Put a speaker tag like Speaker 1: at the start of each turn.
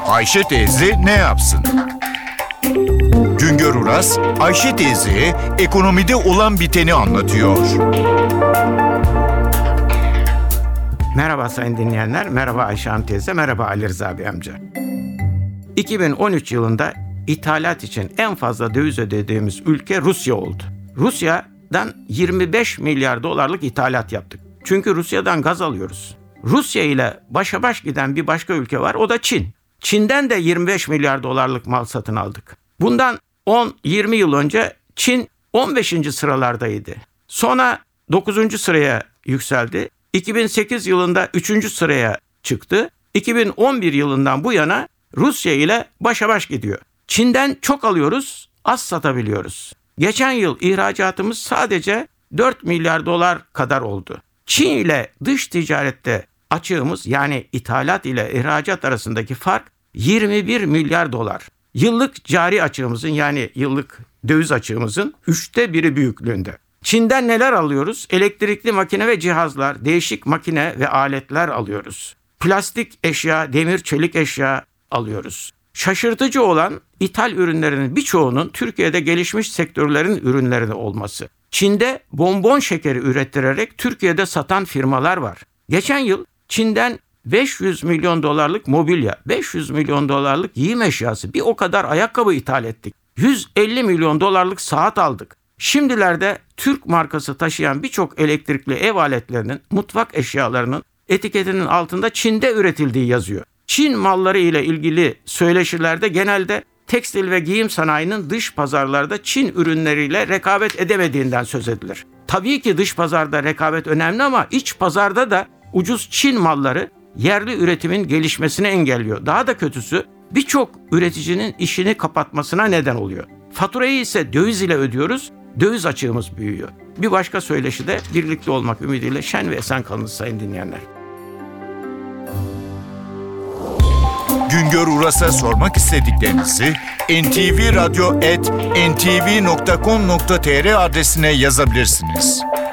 Speaker 1: Ayşe teyze ne yapsın? Güngör Uras, Ayşe teyzeye ekonomide olan biteni anlatıyor.
Speaker 2: Merhaba sayın dinleyenler, merhaba Ayşe Hanım teyze, merhaba Ali Rıza Bey amca. 2013 yılında ithalat için en fazla döviz ödediğimiz ülke Rusya oldu. Rusya'dan 25 milyar dolarlık ithalat yaptık. Çünkü Rusya'dan gaz alıyoruz. Rusya ile başa baş giden bir başka ülke var, o da Çin. Çin'den de 25 milyar dolarlık mal satın aldık. Bundan 10-20 yıl önce Çin 15. sıralardaydı. Sonra 9. sıraya yükseldi. 2008 yılında 3. sıraya çıktı. 2011 yılından bu yana Rusya ile başa baş gidiyor. Çin'den çok alıyoruz, az satabiliyoruz. Geçen yıl ihracatımız sadece 4 milyar dolar kadar oldu. Çin ile dış ticarette açığımız, yani ithalat ile ihracat arasındaki fark 21 milyar dolar. Yıllık cari açığımızın, yani yıllık döviz açığımızın 1/3 büyüklüğünde. Çin'den neler alıyoruz? Elektrikli makine ve cihazlar, değişik makine ve aletler alıyoruz. Plastik eşya, demir, çelik eşya alıyoruz. Şaşırtıcı olan ithal ürünlerinin birçoğunun Türkiye'de gelişmiş sektörlerin ürünleri olması. Çin'de bonbon şekeri üretirerek Türkiye'de satan firmalar var. Geçen yıl Çin'den 500 milyon dolarlık mobilya, 500 milyon dolarlık giyim eşyası, bir o kadar ayakkabı ithal ettik. 150 milyon dolarlık saat aldık. Şimdilerde Türk markası taşıyan birçok elektrikli ev aletlerinin, mutfak eşyalarının etiketinin altında Çin'de üretildiği yazıyor. Çin malları ile ilgili söyleşilerde genelde tekstil ve giyim sanayinin dış pazarlarda Çin ürünleriyle rekabet edemediğinden söz edilir. Tabii ki dış pazarda rekabet önemli ama iç pazarda da ucuz Çin malları yerli üretimin gelişmesini engelliyor. Daha da kötüsü, birçok üreticinin işini kapatmasına neden oluyor. Faturayı ise döviz ile ödüyoruz, döviz açığımız büyüyor. Bir başka söyleşide birlikte olmak ümidiyle şen ve esen kalınız sayın dinleyenler.
Speaker 1: Güngör Uras'a sormak istediklerinizi ntvradyo@ntv.com.tr adresine yazabilirsiniz.